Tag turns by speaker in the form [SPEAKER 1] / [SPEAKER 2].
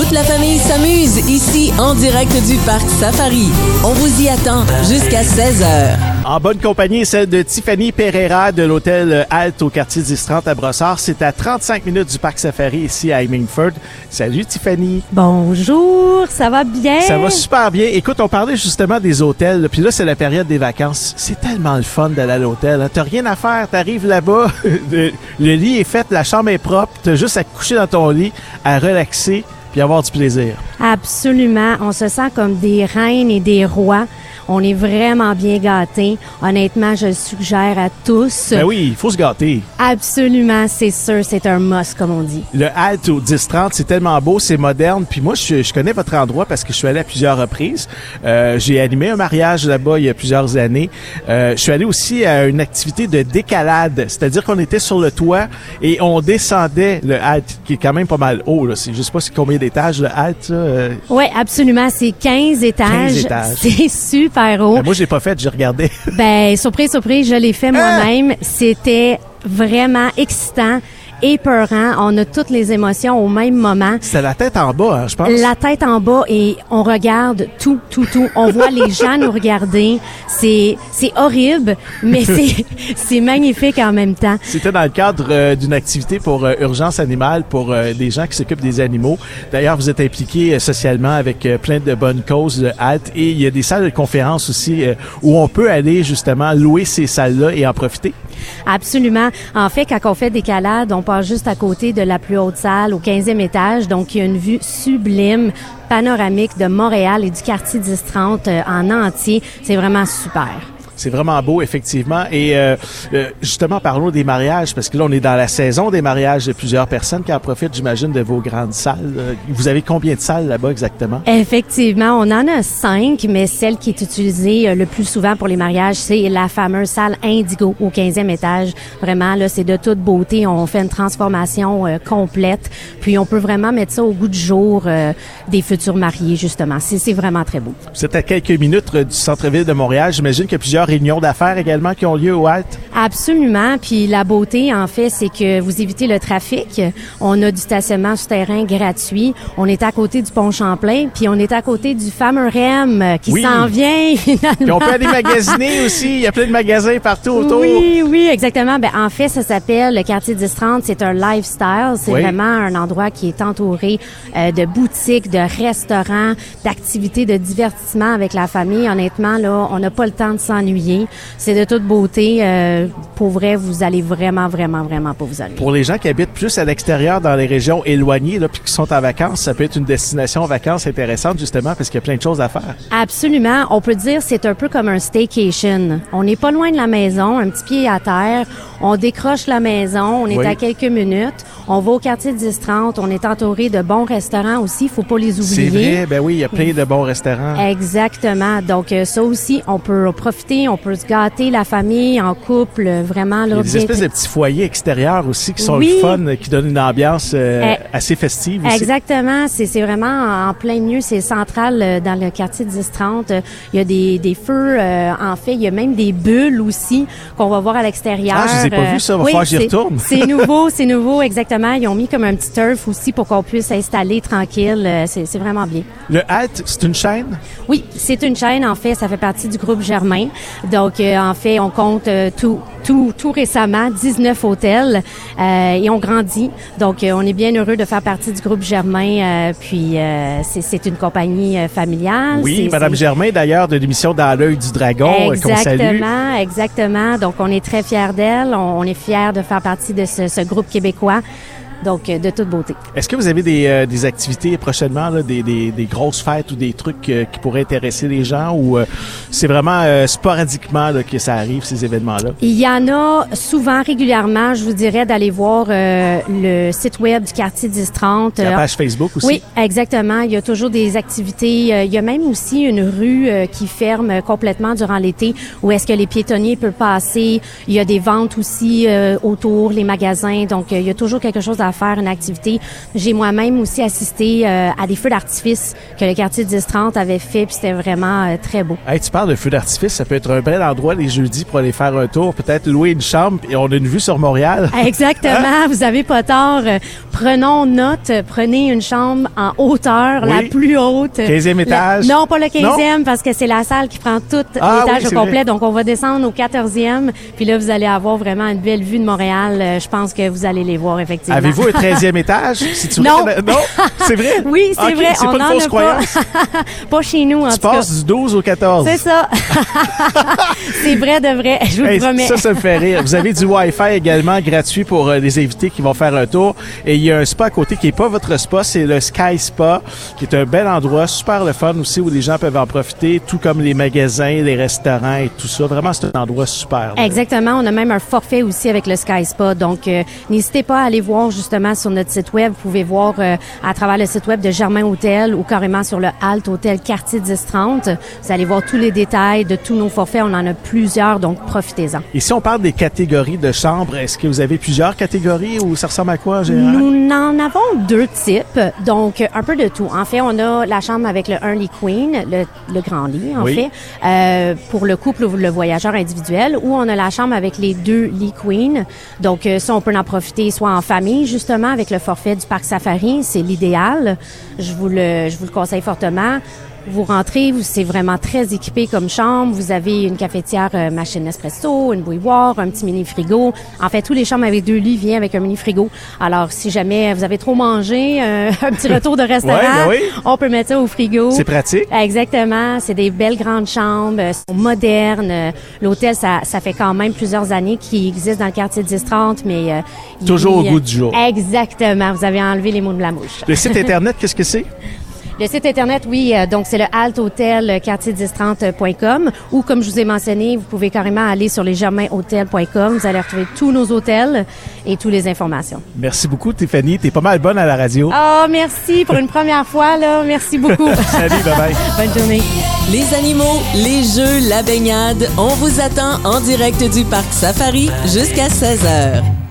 [SPEAKER 1] Toute la famille s'amuse ici en direct du Parc Safari. On vous y attend jusqu'à 16h.
[SPEAKER 2] En bonne compagnie, celle de Tiffany Pereira de l'hôtel Alt au quartier 1030 à Brossard. C'est à 35 minutes du Parc Safari ici à Hemingford. Salut Tiffany.
[SPEAKER 3] Bonjour, ça va bien?
[SPEAKER 2] Ça va super bien. Écoute, on parlait justement des hôtels, puis là c'est la période des vacances. C'est tellement le fun d'aller à l'hôtel. Hein? T'as rien à faire, t'arrives là-bas, le lit est fait, la chambre est propre, t'as juste à te coucher dans ton lit, à relaxer, puis avoir du plaisir.
[SPEAKER 3] Absolument. On se sent comme des reines et des rois. On est vraiment bien gâtés. Honnêtement, je le suggère à tous.
[SPEAKER 2] Ben oui, il faut se gâter.
[SPEAKER 3] Absolument, c'est sûr. C'est un must, comme on dit.
[SPEAKER 2] Le Alt au 1030, c'est tellement beau, c'est moderne. Puis moi, je connais votre endroit parce que je suis allé à plusieurs reprises. J'ai animé un mariage là-bas il y a plusieurs années. Je suis allé aussi à une activité de décalade. C'est-à-dire qu'on était sur le toit et on descendait le Alt, qui est quand même pas mal haut. Là. Je sais pas c'est combien d'étages, le Alt.
[SPEAKER 3] Oui, absolument. C'est 15 étages.
[SPEAKER 2] 15 étages.
[SPEAKER 3] C'est super.
[SPEAKER 2] Moi, je l'ai pas fait, j'ai regardé.
[SPEAKER 3] Ben, surprise, je l'ai fait moi-même. C'était vraiment excitant, épeurant. On a toutes les émotions au même moment.
[SPEAKER 2] C'était la tête en bas, hein, je pense.
[SPEAKER 3] La tête en bas et on regarde tout. On voit les gens nous regarder. C'est horrible, mais c'est magnifique en même temps.
[SPEAKER 2] C'était dans le cadre d'une activité pour Urgence Animale, pour des gens qui s'occupent des animaux. D'ailleurs, vous êtes impliqués socialement avec plein de bonnes causes, le HALT, et il y a des salles de conférences aussi où on peut aller justement louer ces salles-là et en profiter.
[SPEAKER 3] Absolument. En fait, quand on fait décalade, on passe juste à côté de la plus haute salle, au 15e étage. Donc, il y a une vue sublime, panoramique de Montréal et du quartier 1030 en entier. C'est vraiment super.
[SPEAKER 2] C'est vraiment beau, effectivement. Et justement, parlons des mariages, parce que là, on est dans la saison des mariages. Il y a plusieurs personnes qui en profitent, j'imagine, de vos grandes salles. Vous avez combien de salles là-bas exactement?
[SPEAKER 3] Effectivement, on en a 5, mais celle qui est utilisée le plus souvent pour les mariages, c'est la fameuse salle Indigo au 15e étage. Vraiment, là, c'est de toute beauté. On fait une transformation complète. Puis, on peut vraiment mettre ça au goût du jour des futurs mariés, justement. C'est vraiment très beau.
[SPEAKER 2] Vous êtes à quelques minutes du centre-ville de Montréal. J'imagine qu'il y a plusieurs réunions d'affaires également qui ont lieu au HALT.
[SPEAKER 3] Absolument. Puis la beauté, en fait, c'est que vous évitez le trafic. On a du stationnement souterrain gratuit. On est à côté du pont Champlain, puis on est à côté du fameux REM qui s'en vient finalement.
[SPEAKER 2] Puis on peut aller magasiner aussi. Il y a plein de magasins partout autour.
[SPEAKER 3] Oui, exactement. Ben en fait, ça s'appelle le quartier 1030. C'est un lifestyle. C'est vraiment un endroit qui est entouré de boutiques, de restaurants, d'activités de divertissement avec la famille. Honnêtement, là, on n'a pas le temps de s'ennuyer. C'est de toute beauté. Pour vrai, vous allez vraiment pas vous ennuyer.
[SPEAKER 2] Pour les gens qui habitent plus à l'extérieur dans les régions éloignées, là, puis qui sont en vacances, ça peut être une destination vacances intéressante justement parce qu'il y a plein de choses à faire.
[SPEAKER 3] Absolument. On peut dire c'est un peu comme un staycation. On n'est pas loin de la maison, un petit pied à terre. On décroche la maison, on est à quelques minutes. On va au quartier 1030. On est entouré de bons restaurants aussi. Faut pas les oublier.
[SPEAKER 2] C'est vrai. Ben oui, il y a plein de bons restaurants.
[SPEAKER 3] Exactement. Donc ça aussi, on peut profiter, on peut se gâter la famille en couple, vraiment là.
[SPEAKER 2] Il y a des espèces de petits foyers extérieurs aussi qui sont le fun, qui donnent une ambiance assez festive aussi.
[SPEAKER 3] Exactement. C'est vraiment en plein milieu. C'est central dans le quartier 1030. Il y a des feux. En fait, il y a même des bulles aussi qu'on va voir à l'extérieur.
[SPEAKER 2] Ah, je les ai pas vus ça. Va falloir que j'y retourne.
[SPEAKER 3] C'est nouveau, exactement. Ils ont mis comme un petit turf aussi pour qu'on puisse s'installer tranquille. C'est vraiment bien.
[SPEAKER 2] Le HALT, c'est une chaîne?
[SPEAKER 3] Oui, c'est une chaîne. En fait, ça fait partie du groupe Germain. Donc, en fait, on compte tout récemment 19 hôtels et on grandit. Donc, on est bien heureux de faire partie du groupe Germain. Puis, c'est une compagnie familiale.
[SPEAKER 2] Oui, Madame Germain, d'ailleurs, de l'émission Dans l'œil du dragon, qu'on salue.
[SPEAKER 3] Exactement. Donc, on est très fiers d'elle. On est fiers de faire partie de ce groupe québécois. Donc, de toute beauté.
[SPEAKER 2] Est-ce que vous avez des activités prochainement, là, des grosses fêtes ou des trucs qui pourraient intéresser les gens ou c'est vraiment sporadiquement là, que ça arrive, ces événements-là? Il
[SPEAKER 3] y en a souvent, régulièrement, je vous dirais, d'aller voir le site web du quartier 1030.
[SPEAKER 2] La page Facebook aussi?
[SPEAKER 3] Oui, exactement. Il y a toujours des activités. Il y a même aussi une rue qui ferme complètement durant l'été où est-ce que les piétonniers peuvent passer. Il y a des ventes aussi autour, les magasins. Donc, il y a toujours quelque chose à à faire une activité. J'ai moi-même aussi assisté à des feux d'artifice que le quartier 10-30 avait fait, puis c'était vraiment très beau.
[SPEAKER 2] Hey, tu parles de feux d'artifice, ça peut être un bel endroit les jeudis pour aller faire un tour, peut-être louer une chambre et on a une vue sur Montréal.
[SPEAKER 3] Exactement, vous avez pas tort. Prenons note, prenez une chambre en hauteur, la plus haute.
[SPEAKER 2] 15e étage?
[SPEAKER 3] Non, pas le 15e, parce que c'est la salle qui prend tout l'étage au complet. Vrai. Donc, on va descendre au 14e, puis là, vous allez avoir vraiment une belle vue de Montréal. Je pense que vous allez les voir, effectivement.
[SPEAKER 2] Avez-vous un 13e étage? Si
[SPEAKER 3] non.
[SPEAKER 2] Non? C'est vrai?
[SPEAKER 3] Oui, c'est vrai.
[SPEAKER 2] C'est pas une fausse croyance?
[SPEAKER 3] Pas chez nous, en tout cas.
[SPEAKER 2] Tu passes du 12 au 14.
[SPEAKER 3] C'est ça. C'est vrai de vrai, je vous le promets.
[SPEAKER 2] Ça me fait rire. Vous avez du Wi-Fi également gratuit pour les invités qui vont faire un tour. Et il y a un spa à côté qui est pas votre spa, c'est le Sky Spa, qui est un bel endroit, super le fun aussi, où les gens peuvent en profiter, tout comme les magasins, les restaurants et tout ça. Vraiment, c'est un endroit super. Là.
[SPEAKER 3] Exactement. On a même un forfait aussi avec le Sky Spa. Donc, n'hésitez pas à aller voir justement sur notre site web. Vous pouvez voir à travers le site web de Germain Hôtel ou carrément sur le Alt Hôtel Quartier 1030. Vous allez voir tous les détails de tous nos forfaits. On en a plusieurs, donc profitez-en.
[SPEAKER 2] Et si on parle des catégories de chambres, est-ce que vous avez plusieurs catégories ou ça ressemble à quoi en général?
[SPEAKER 3] Nous en avons 2 types, donc un peu de tout. En fait, on a la chambre avec le 1 lit queen, le grand lit en fait, pour le couple ou le voyageur individuel, ou on a la chambre avec les 2 lits queen. Donc ça, on peut en profiter soit en famille, justement, avec le forfait du Parc Safari, c'est l'idéal. Je vous le conseille fortement. Vous rentrez, c'est vraiment très équipé comme chambre. Vous avez une cafetière machine Nespresso, une bouilloire, un petit mini-frigo. En fait, tous les chambres avec 2 lits viennent avec un mini-frigo. Alors, si jamais vous avez trop mangé, un petit retour de restaurant, on peut mettre ça au frigo.
[SPEAKER 2] C'est pratique.
[SPEAKER 3] Exactement. C'est des belles grandes chambres, sont modernes. L'hôtel, ça fait quand même plusieurs années qu'il existe dans le quartier 10-30, mais...
[SPEAKER 2] toujours au goût du jour.
[SPEAKER 3] Exactement. Vous avez enlevé les mots de la mouche.
[SPEAKER 2] Le site Internet, qu'est-ce que c'est?
[SPEAKER 3] Le site Internet, oui, donc c'est le althôtelquartier1030.com ou comme je vous ai mentionné, vous pouvez carrément aller sur lesgermainhôtels.com. Vous allez retrouver tous nos hôtels et toutes les informations.
[SPEAKER 2] Merci beaucoup, Tiffany. T'es pas mal bonne à la radio.
[SPEAKER 3] Oh, merci pour une première fois, là. Merci beaucoup.
[SPEAKER 2] Salut, bye-bye.
[SPEAKER 3] Bonne journée.
[SPEAKER 1] Les animaux, les jeux, la baignade, on vous attend en direct du Parc Safari jusqu'à 16h.